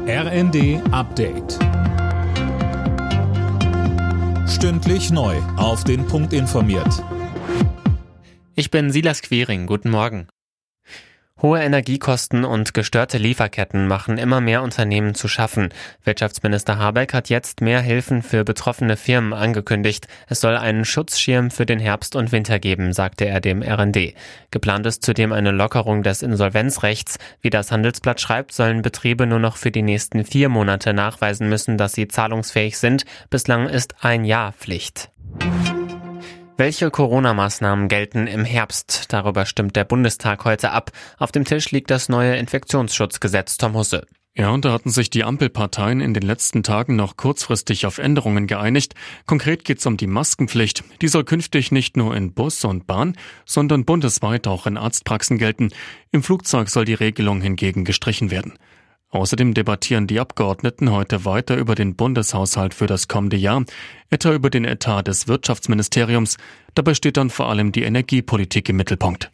RND Update. Stündlich neu auf den Punkt informiert. Ich bin Silas Quiring, guten Morgen. Hohe Energiekosten und gestörte Lieferketten machen immer mehr Unternehmen zu schaffen. Wirtschaftsminister Habeck hat jetzt mehr Hilfen für betroffene Firmen angekündigt. Es soll einen Schutzschirm für den Herbst und Winter geben, sagte er dem RND. Geplant ist zudem eine Lockerung des Insolvenzrechts. Wie das Handelsblatt schreibt, sollen Betriebe nur noch für die nächsten 4 Monate nachweisen müssen, dass sie zahlungsfähig sind. Bislang ist 1 Jahr Pflicht. Welche Corona-Maßnahmen gelten im Herbst? Darüber stimmt der Bundestag heute ab. Auf dem Tisch liegt das neue Infektionsschutzgesetz. Tom Husse. Ja, und da hatten sich die Ampelparteien in den letzten Tagen noch kurzfristig auf Änderungen geeinigt. Konkret geht es um die Maskenpflicht. Die soll künftig nicht nur in Bus und Bahn, sondern bundesweit auch in Arztpraxen gelten. Im Flugzeug soll die Regelung hingegen gestrichen werden. Außerdem debattieren die Abgeordneten heute weiter über den Bundeshaushalt für das kommende Jahr, etwa über den Etat des Wirtschaftsministeriums. Dabei steht dann vor allem die Energiepolitik im Mittelpunkt.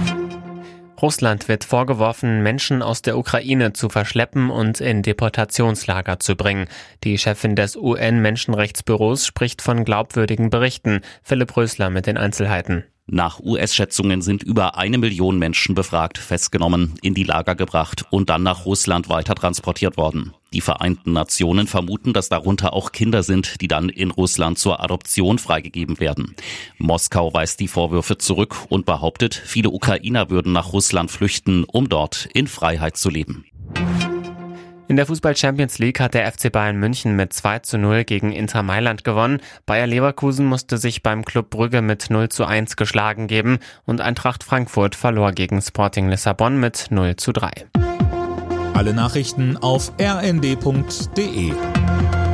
Russland wird vorgeworfen, Menschen aus der Ukraine zu verschleppen und in Deportationslager zu bringen. Die Chefin des UN-Menschenrechtsbüros spricht von glaubwürdigen Berichten. Philipp Rösler mit den Einzelheiten. Nach US-Schätzungen sind über 1 Million Menschen befragt, festgenommen, in die Lager gebracht und dann nach Russland weiter transportiert worden. Die Vereinten Nationen vermuten, dass darunter auch Kinder sind, die dann in Russland zur Adoption freigegeben werden. Moskau weist die Vorwürfe zurück und behauptet, viele Ukrainer würden nach Russland flüchten, um dort in Freiheit zu leben. In der Fußball-Champions League hat der FC Bayern München mit 2:0 gegen Inter Mailand gewonnen. Bayer Leverkusen musste sich beim Club Brügge mit 0:1 geschlagen geben und Eintracht Frankfurt verlor gegen Sporting Lissabon mit 0:3. Alle Nachrichten auf rnd.de.